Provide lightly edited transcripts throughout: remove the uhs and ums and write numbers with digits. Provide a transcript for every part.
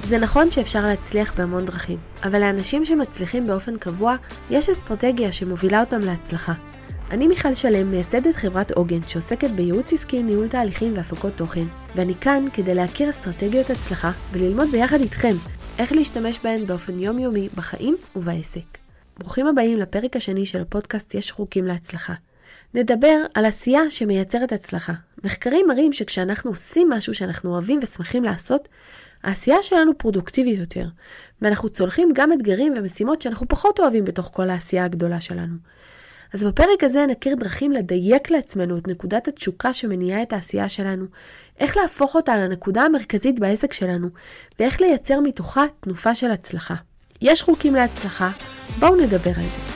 זה נכון שאפשר להצליח בהמון דרכים, אבל לאנשים שמצליחים באופן קבוע, יש אסטרטגיה שמובילה אותם להצלחה. אני מיכל שלם, מייסדת חברת עוגן, שעוסקת בייעוץ עסקי, ניהול תהליכים והפקות תוכן, ואני כאן כדי להכיר אסטרטגיות הצלחה וללמוד ביחד איתכם איך להשתמש בהן באופן יומיומי בחיים ובעסק. ברוכים הבאים לפרק השני של הפודקאסט יש חוקים להצלחה. נדבר על עשייה שמייצרת הצלחה. מחקרים מראים שכשאנחנו עושים משהו שאנחנו אוהבים ושמחים לעשות, העשייה שלנו פרודוקטיבית יותר, ואנחנו צולחים גם אתגרים ומשימות שאנחנו פחות אוהבים בתוך כל העשייה הגדולה שלנו. אז בפרק הזה נכיר דרכים לדייק לעצמנו את נקודת התשוקה שמניעה את העשייה שלנו, איך להפוך אותה לנקודה המרכזית בעסק שלנו, ואיך לייצר מתוכה תנופה של הצלחה. יש חוקים להצלחה, בואו נדבר על זה.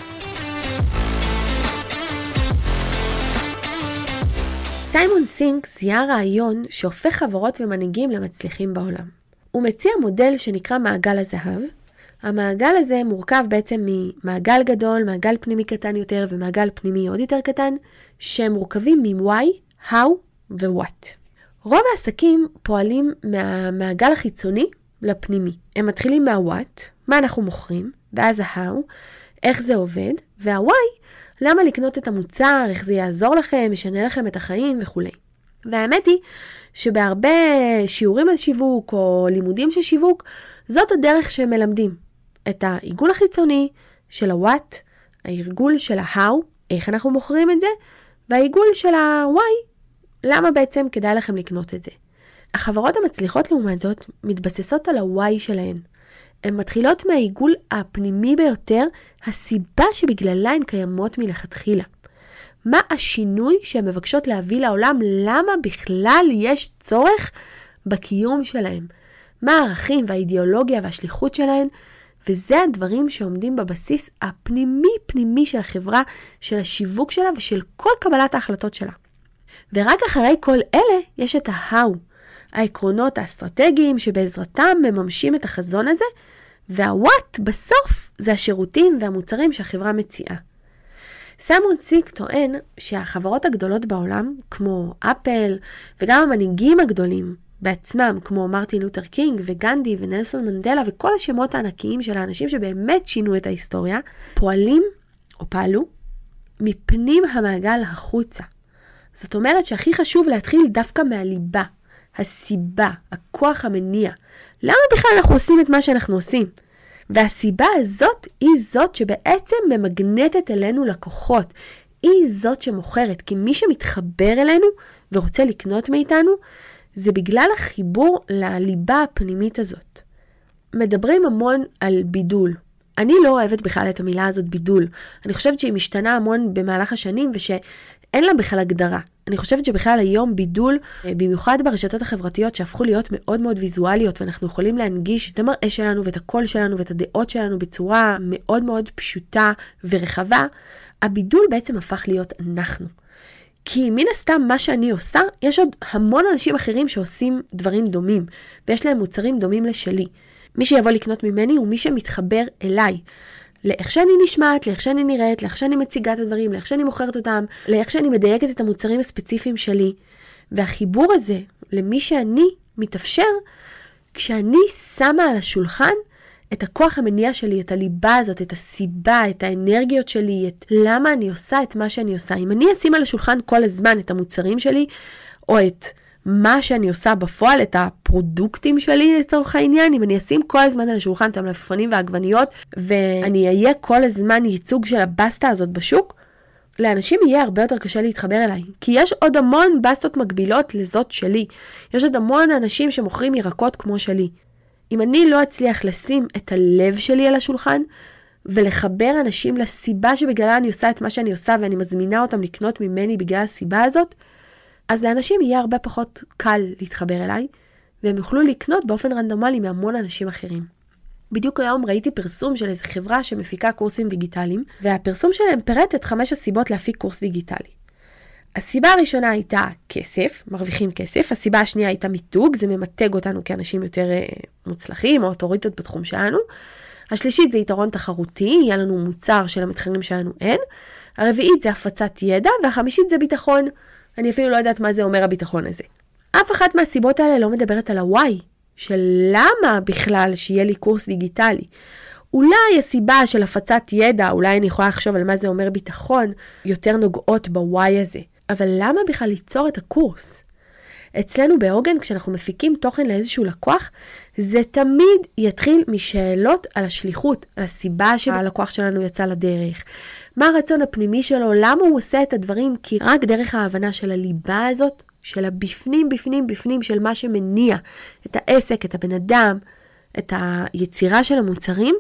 סיימון סינק זיהה רעיון שהופך חברות ומנהיגים למצליחים בעולם. הוא מציע מודל שנקרא מעגל הזהב. המעגל הזה מורכב בעצם ממעגל גדול, מעגל פנימי קטן יותר ומעגל פנימי עוד יותר קטן, שהם מורכבים מ-why, how ו-what. רוב העסקים פועלים מהמעגל החיצוני לפנימי. הם מתחילים מה-what, מה אנחנו מוכרים, ואז ה-how, איך זה עובד, וה-why, למה לקנות את המוצר, איך זה יעזור לכם, ישנה לכם את החיים וכו'. והאמת היא שבהרבה שיעורים על שיווק או לימודים של שיווק, זאת הדרך שהם מלמדים. את העיגול החיצוני של ה-what, העיגול של ה-how, איך אנחנו מוכרים את זה, והעיגול של ה-why, למה בעצם כדאי לכם לקנות את זה. החברות המצליחות לעומת זאת מתבססות על ה-why שלהן. הן מתחילות מהעיגול הפנימי ביותר, הסיבה שבגללה הן קיימות מלכתחילה. מה השינוי שהן מבקשות להביא לעולם? למה בכלל יש צורך בקיום שלהם? מה הערכים והאידיאולוגיה והשליחות שלהם? וזה הדברים שעומדים בבסיס הפנימי של החברה, של השיווק שלה ושל כל קבלת ההחלטות שלה. ורק אחרי כל אלה יש את ה-how, העקרונות האסטרטגיים שבעזרתם מממשים את החזון הזה, וה-what בסוף זה השירותים והמוצרים שהחברה מציעה. סיימון סינק טוען שהחברות הגדולות בעולם, כמו אפל וגם המנהיגים הגדולים בעצמם, כמו מרטין לותר קינג וגנדי ונלסון מנדלה וכל השמות הענקיים של האנשים שבאמת שינו את ההיסטוריה, פועלים או פעלו מפנים המעגל החוצה. זאת אומרת שהכי חשוב להתחיל דווקא מהליבה, הסיבה, הכוח המניע. למה בכלל אנחנו עושים את מה שאנחנו עושים? והסיבה הזאת היא זאת שבעצם ממגנטת אלינו לקוחות. היא זאת שמוכרת, כי מי שמתחבר אלינו ורוצה לקנות מאיתנו, זה בגלל החיבור לליבה הפנימית הזאת. מדברים המון על בידול. אני לא אוהבת בכלל את המילה הזאת בידול. אני חושבת שהיא משתנה המון במהלך השנים ושאין לה בכלל הגדרה. אני חושבת שבכלל היום בידול, במיוחד ברשתות החברתיות שהפכו להיות מאוד מאוד ויזואליות, ואנחנו יכולים להנגיש את המראה שלנו ואת הקול שלנו ואת הדעות שלנו בצורה מאוד מאוד פשוטה ורחבה, הבידול בעצם הפך להיות אנחנו. כי מן הסתם מה שאני עושה, יש עוד המון אנשים אחרים שעושים דברים דומים, ויש להם מוצרים דומים לשלי. מי שיבוא לקנות ממני הוא מי שמתחבר אליי. לאיך שאני נשמעת, לאיך שאני נראית, לאיך שאני מציגה את הדברים, לאיך שאני מוכרת אותם, לאיך שאני מדייקת את המוצרים הספציפיים שלי. והחיבור הזה למי שאני מתאפשר, כשאני שמה על השולחן את הכוח המניע שלי, את הליבה הזאת, את הסיבה, את האנרגיות שלי, את למה אני עושה את מה שאני עושה. אם אני אשים על השולחן כל הזמן את המוצרים שלי, או את מה שאני עושה בפועל, את הפרודוקטים שלי לצורך העניין, אם אני אשים כל הזמן על השולחן את המלפפונים והעגבניות, ואני אהיה כל הזמן ייצוג של הבסטה הזאת בשוק, לאנשים יהיה הרבה יותר קשה להתחבר אליי. כי יש עוד המון בסטות מקבילות לזאת שלי. יש עוד המון אנשים שמוכרים ירקות כמו שלי. אם אני לא אצליח לשים את הלב שלי על השולחן, ולחבר אנשים לסיבה שבגללה אני עושה את מה שאני עושה, ואני מזמינה אותם לקנות ממני בגלל הסיבה הזאת, אז לאנשים יהיה הרבה פחות קל להתחבר אליי, והם יוכלו לקנות באופן רנדומלי מהמון אנשים אחרים. בדיוק היום ראיתי פרסום של איזו חברה שמפיקה קורסים דיגיטליים, והפרסום שלהם פירט את 5 הסיבות להפיק קורס דיגיטלי. הסיבה הראשונה הייתה כסף, מרוויחים כסף. הסיבה השנייה הייתה מיתוג, זה ממתג אותנו כאנשים יותר מוצלחים או אוטוריטות בתחום שלנו. השלישית זה יתרון תחרותי, יהיה לנו מוצר של המתחרים שלנו אין. הרביעית זה הפצת ידע, והחמישית זה ביטחון. אני אפילו לא יודעת מה זה אומר הביטחון הזה. אף אחת מהסיבות האלה לא מדברת על ה-why של למה בכלל שיהיה לי קורס דיגיטלי. אולי הסיבה של הפצת ידע, אולי אני יכולה לחשוב על מה זה אומר ביטחון, יותר נוגעות בוואי הזה. אבל למה בכלל ליצור את הקורס? אצלנו בעוגן, כשאנחנו מפיקים תוכן לאיזשהו לקוח, זה תמיד יתחיל משאלות על השליחות, על הסיבה שהלקוח שלנו יצא לדרך. מה הרצון הפנימי שלו, למה הוא עושה את הדברים, כי רק דרך ההבנה של הליבה הזאת, של הבפנים, בפנים, של מה שמניע את העסק, את הבן אדם, את היצירה של המוצרים,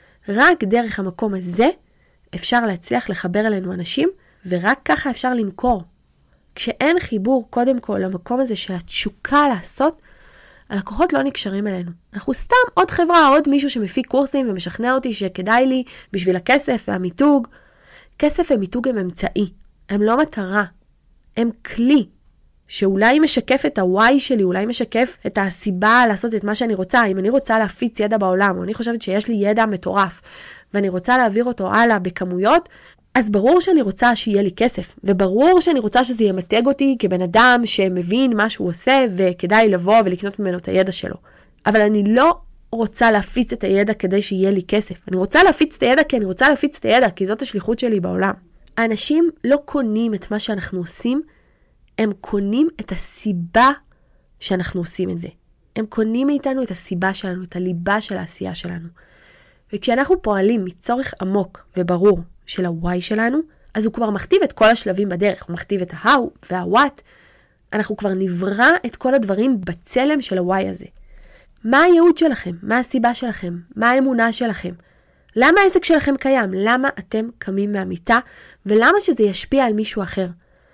רק דרך המקום הזה אפשר להצליח לחבר אלינו אנשים, ורק ככה אפשר למכור. כשאין חיבור קודם כל למקום הזה של התשוקה לעשות, הלקוחות לא נקשרים אלינו. אנחנו סתם עוד חברה, עוד מישהו שמפיק קורסים ומשכנע אותי שכדאי לי בשביל הכסף והמיתוג. כסף ומיתוג הם אמצעי, הם לא מטרה, הם כלי. שאולי משקף את הוואי שלי, אולי משקף את הסיבה לעשות את מה שאני רוצה. אם אני רוצה להפיץ ידע בעולם, או אני חושבת שיש לי ידע מטורף, ואני רוצה להעביר אותו הלאה בכמויות, אז ברור שאני רוצה שיהיה לי כסף, וברור שאני רוצה שזה ימתג אותי כבן אדם שמבין מה שהוא עושה, וכדאי לבוא ולקנות ממנו את הידע שלו. אבל אני לא רוצה להפיץ את הידע כדי שיהיה לי כסף. אני רוצה להפיץ את הידע כי אני רוצה להפיץ את הידע, כי זאת השליחות שלי בעולם. האנשים לא קונים את מה שאנחנו עושים, הם קונים את הסיבה שאנחנו עושים את זה. הם קונים מאיתנו את הסיבה שלנו, את הליבה של העשייה שלנו. וכשאנחנו פועלים מצורך עמוק וברור של הוואי שלנו, אז הוא כבר מכתיב את כל השלבים בדרך. הוא מכתיב את ההאו והוואט. אנחנו כבר נברא את כל הדברים בצלם של הוואי הזה. מה הייעוד שלכם? מה הסיבה שלכם? מה האמונה שלכם? למה העסק שלכם קיים? למה אתם קמים מהמיטה? ולמה שזה ישפיע על מישהו אחר?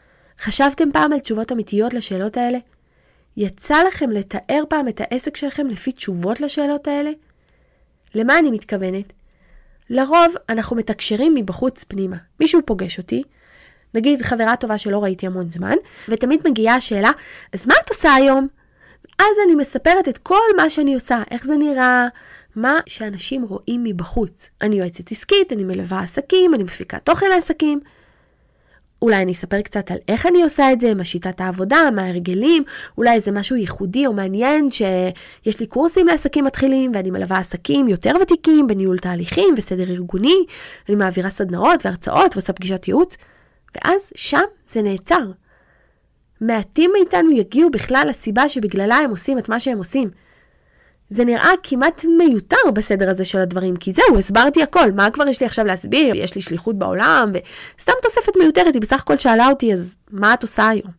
חשבתם פעם על תשובות אמיתיות לשאלות האלה? יצא לכם לתאר פעם את העסק שלכם לפי תשובות לשאלות האלה? למה אני מתכוונת? לרוב אנחנו מתקשרים מבחוץ פנימה. מישהו פוגש אותי, נגיד חברה טובה שלא ראיתי המון זמן, ותמיד מגיעה השאלה, אז מה את עושה היום? אז אני מספרת את כל מה שאני עושה, איך זה נראה, מה שאנשים רואים מבחוץ. אני יועצת עסקית, אני מלווה עסקים, אני מפיקה תוכן לעסקים. אולי אני אספר קצת על איך אני עושה את זה, מה שיטת העבודה, מה הרגלים, אולי איזה משהו ייחודי או מעניין שיש לי קורסים לעסקים מתחילים, ואני מלווה עסקים יותר ותיקים בניהול תהליכים וסדר ארגוני, אני מעבירה סדנאות והרצאות ועושה פגישת ייעוץ, ואז שם זה נעצר. מעטים מאיתנו יגיעו בכלל לסיבה שבגללה הם עושים את מה שהם עושים. זה נראה כמעט מיותר בסדר הזה של הדברים, כי זהו, הסברתי הכל, מה כבר יש לי עכשיו להסביר? יש לי שליחות בעולם, וסתם תוספת מיותרת, היא בסך הכל שאלה אותי, אז מה את עושה היום?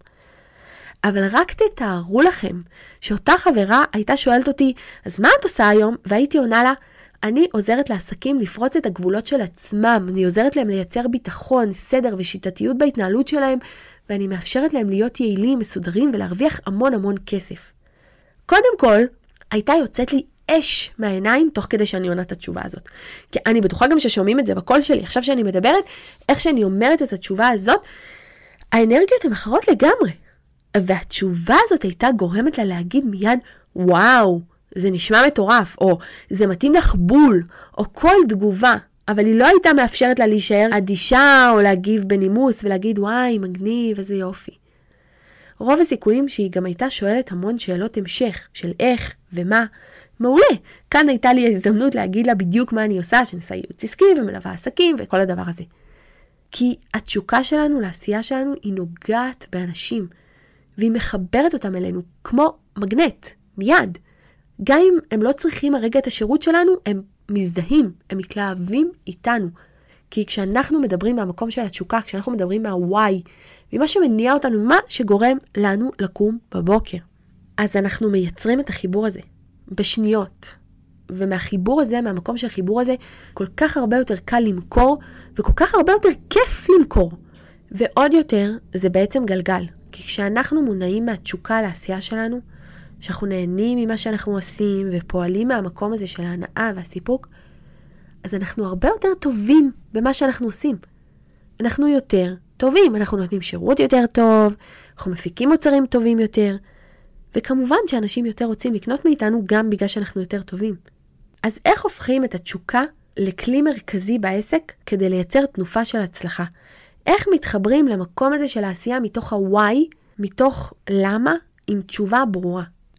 אבל רק תתארו לכם, שאותה חברה הייתה שואלת אותי, אז מה את עושה היום? והייתי עונה לה, אני עוזרת לעסקים לפרוץ את הגבולות של עצמם, אני עוזרת להם לייצר ביטחון, סדר ושיטתיות בהתנהלות שלהם, ואני מאפשרת להם להיות יעילים, מסודרים ולהרוויח המון המון כסף. קודם כל, הייתה יוצאת לי אש מהעיניים תוך כדי שאני עונה את התשובה הזאת. כי אני בטוחה גם ששומעים את זה בקול שלי. עכשיו שאני מדברת, איך שאני אומרת את התשובה הזאת, האנרגיות הן אחרות לגמרי. והתשובה הזאת הייתה גורמת לה להגיד מיד, וואו, זה נשמע מטורף, או זה מתאים לך בול, או כל תגובה. אבל היא לא הייתה מאפשרת לה להישאר אדישה, או להגיב בנימוס, ולהגיד, וואי, מגניב, איזה יופי. רוב הסיכויים שהיא גם הייתה שואלת המון שאלות המשך, של איך ומה. מעולה. כאן הייתה לי ההזדמנות להגיד לה בדיוק מה אני עושה, שאני עושה ייעוץ עסקי ומלווה עסקים וכל הדבר הזה. כי התשוקה שלנו, לעשייה שלנו, היא נוגעת באנשים, והיא מחברת אותם אלינו כמו מגנט, מיד. גם אם הם לא צריכים הרגע את השירות שלנו, הם מזדהים, הם מתלהבים איתנו. כי כשאנחנו מדברים מהמקום של התשוקה, כשאנחנו מדברים מהוואי, ממה שמניע אותנו, מה שגורם לנו לקום בבוקר. אז אנחנו מייצרים את החיבור הזה בשניות. ומהחיבור הזה, מהמקום של החיבור הזה, כל כך הרבה יותר קל למכור, וכל כך הרבה יותר כיף למכור. ועוד יותר, זה בעצם גלגל. כי כשאנחנו מונעים מהתשוקה לעשייה שלנו, שאנחנו נהנים ממה שאנחנו עושים, ופועלים מהמקום הזה של ההנאה והסיפוק, אז אנחנו הרבה יותר טובים במה שאנחנו עושים. אנחנו יותר טובים, אנחנו נותנים שירות יותר טוב, אנחנו מפיקים מוצרים טובים יותר, וכמובן שאנשים יותר רוצים לקנות מאיתנו גם בגלל שאנחנו יותר טובים. אז איך הופכים את התשוקה לכלי מרכזי בעסק כדי לייצר תנופה של הצלחה? איך מתחברים למקום הזה של העשייה מתוך הוואי, מתוך למה, עם תשובה ברורה?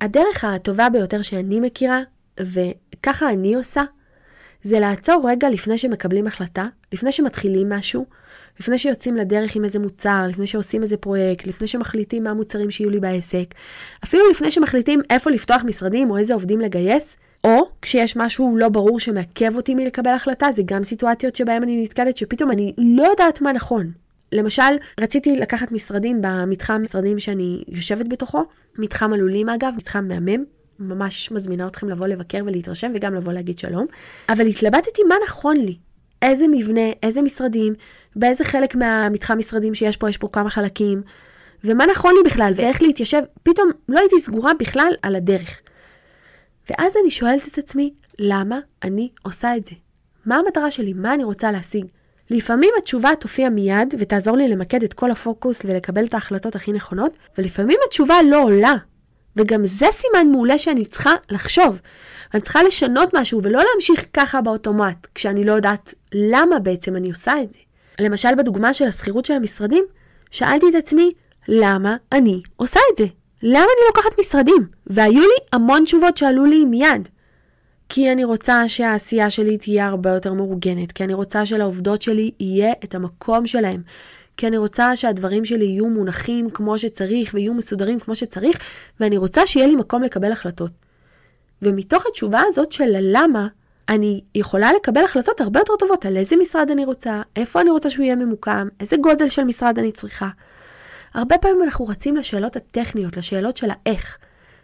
הדרך הטובה ביותר שאני מכירה, וככה אני עושה, זה לעצור רגע לפני שמקבלים החלטה, לפני שמתחילים משהו, לפני שיוצאים לדרך עם איזה מוצר, לפני שעושים איזה פרויקט, לפני שמחליטים מה המוצרים שיהיו לי בעסק, אפילו לפני שמחליטים איפה לפתוח משרדים או איזה עובדים לגייס, או כשיש משהו לא ברור שמעכב אותי מלקבל החלטה, זה גם סיטואציות שבהן אני נתקלת שפתאום אני לא יודעת מה נכון. למשל, רציתי לקחת משרדים במתחם משרדים שאני יושבת בתוכו, מתחם עלולים אגב, מתחם מהמם, ממש מזמינה אתכם לבוא לבקר ולהתרשם וגם לבוא להגיד שלום, אבל התלבטתי מה נכון לי, איזה מבנה, איזה משרדים, באיזה חלק מהמתחם משרדים שיש פה, יש פה כמה חלקים, ומה נכון לי בכלל ואיך להתיישב, פתאום לא הייתי סגורה בכלל על הדרך. ואז אני שואלת את עצמי, למה אני עושה את זה? מה המטרה שלי? מה אני רוצה להשיג? לפעמים התשובה תופיע מיד ותעזור לי למקד את כל הפוקוס ולקבל את ההחלטות הכי נכונות, ולפעמים התשובה לא עולה. וגם זה סימן מעולה שאני צריכה לחשוב. אני צריכה לשנות משהו ולא להמשיך ככה באוטומט, כשאני לא יודעת למה בעצם אני עושה את זה. למשל בדוגמה של הסחירות של המשרדים, שאלתי את עצמי, למה אני עושה את זה? למה אני לוקחת משרדים? והיו לי המון תשובות שעלו לי מיד. כי אני רוצה שהעשייה שלי תהיה הרבה יותר מאורגנת, כי אני רוצה שלעובדות שלי יהיה את המקום שלהם, כי אני רוצה שהדברים שלי יהיו מונחים כמו שצריך ויהיו מסודרים כמו שצריך, ואני רוצה שיהיה לי מקום לקבל החלטות. ומתוך התשובה הזאת של למה, אני יכולה לקבל החלטות הרבה יותר טובות על איזה משרד אני רוצה, איפה אני רוצה שהוא יהיה ממוקם, איזה גודל של משרד אני צריכה. הרבה פעמים אנחנו רצים לשאלות הטכניות, לשאלות של האיך.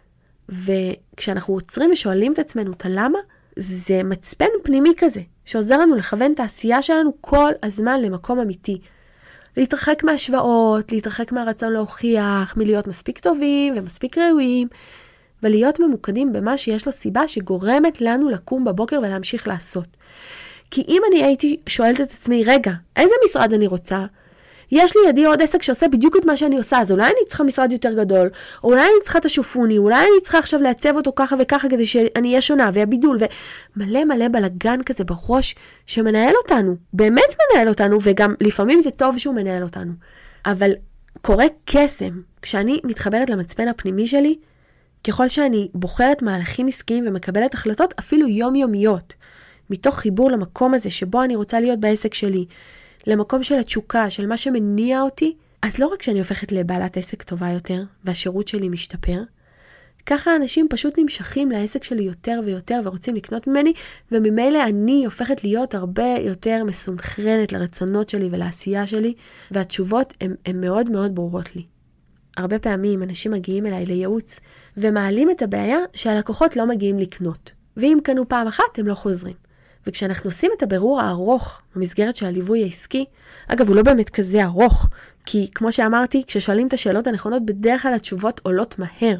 וכשאנחנו עוצרים ושואלים את עצמנו את הלמה, זה מצפן פנימי כזה, שעוזר לנו לכוון את העשייה שלנו כל הזמן למקום אמיתי. להתרחק מהשוואות, להתרחק מהרצון להוכיח, מלהיות מספיק טובים ומספיק ראויים, ולהיות ממוקדים במה שיש לו סיבה שגורמת לנו לקום בבוקר ולהמשיך לעשות. כי אם אני הייתי שואלת את עצמי, רגע, איזה משרד אני רוצה? יש לי ידי עוד עסק שעושה בדיוק את מה שאני עושה, אז אולי אני צריכה משרד יותר גדול, או אולי אני צריכה את השופוני, אולי אני צריכה עכשיו לעצב אותו ככה וככה כדי שאני אהיה שונה, והבידול, ומלא מלא בלגן כזה בראש שמנהל אותנו, באמת מנהל אותנו, וגם לפעמים זה טוב שהוא מנהל אותנו. אבל קורה קסם, כשאני מתחברת למצפן הפנימי שלי, ככל שאני בוחרת מהלכים עסקיים ומקבלת החלטות אפילו יומיומיות, מתוך חיבור למקום הזה שבו אני רוצה להיות בעסק שלי, למקום של התשוקה, של מה שמניע אותי, אז לא רק שאני הופכת לבעלת עסק טובה יותר, והשירות שלי משתפר, ככה אנשים פשוט נמשכים לעסק שלי יותר ויותר, ורוצים לקנות ממני, וממילא אני הופכת להיות הרבה יותר מסונכרנת לרצונות שלי ולעשייה שלי, והתשובות הן מאוד מאוד ברורות לי. הרבה פעמים אנשים מגיעים אליי לייעוץ, ומעלים את הבעיה שהלקוחות לא מגיעים לקנות. ואם קנו פעם אחת, הם לא חוזרים. וכשאנחנו עושים את הבירור הארוך במסגרת של הליווי העסקי, אגב, הוא לא באמת כזה ארוך, כי כמו שאמרתי, כששואלים את השאלות הנכונות, בדרך כלל התשובות עולות מהר.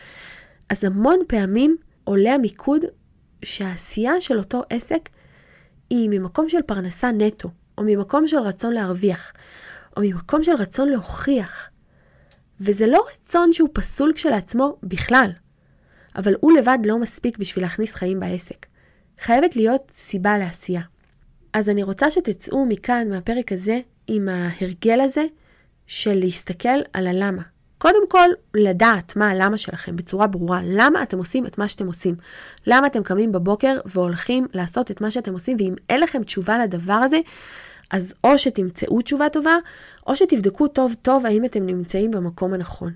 אז המון פעמים עולה המיקוד שהעשייה של אותו עסק היא ממקום של פרנסה נטו, או ממקום של רצון להרוויח, או ממקום של רצון להוכיח. וזה לא רצון שהוא פסול כשלעצמו בכלל, אבל הוא לבד לא מספיק בשביל להכניס חיים בעסק. חייבת להיות סיבה לעשייה. אז אני רוצה שתצאו מכאן, מהפרק הזה, עם ההרגל הזה של להסתכל על הלמה. קודם כל, לדעת מה הלמה שלכם בצורה ברורה. למה אתם עושים את מה שאתם עושים? למה אתם קמים בבוקר והולכים לעשות את מה שאתם עושים? ואם אין לכם תשובה לדבר הזה, אז או שתמצאו תשובה טובה, או שתבדקו טוב טוב האם אתם נמצאים במקום הנכון.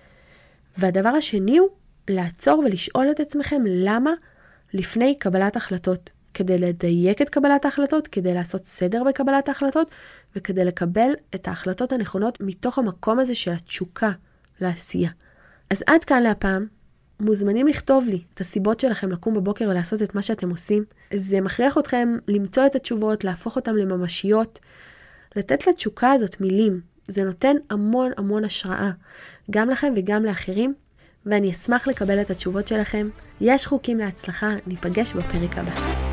והדבר השני הוא לעצור ולשאול את עצמכם למה לפני קבלת החלטות, כדי לדייק את קבלת ההחלטות, כדי לעשות סדר בקבלת ההחלטות, וכדי לקבל את ההחלטות הנכונות מתוך המקום הזה של התשוקה לעשייה. אז עד כאן להפעם, מוזמנים לכתוב לי את הסיבות שלכם לקום בבוקר ולעשות את מה שאתם עושים. זה מכריח אתכם למצוא את התשובות, להפוך אותם לממשיות, לתת לתשוקה הזאת מילים. זה נותן המון המון השראה, גם לכם וגם לאחרים, ואני אשמח לקבל את התשובות שלכם. יש חוקים להצלחה, ניפגש בפרק הבא.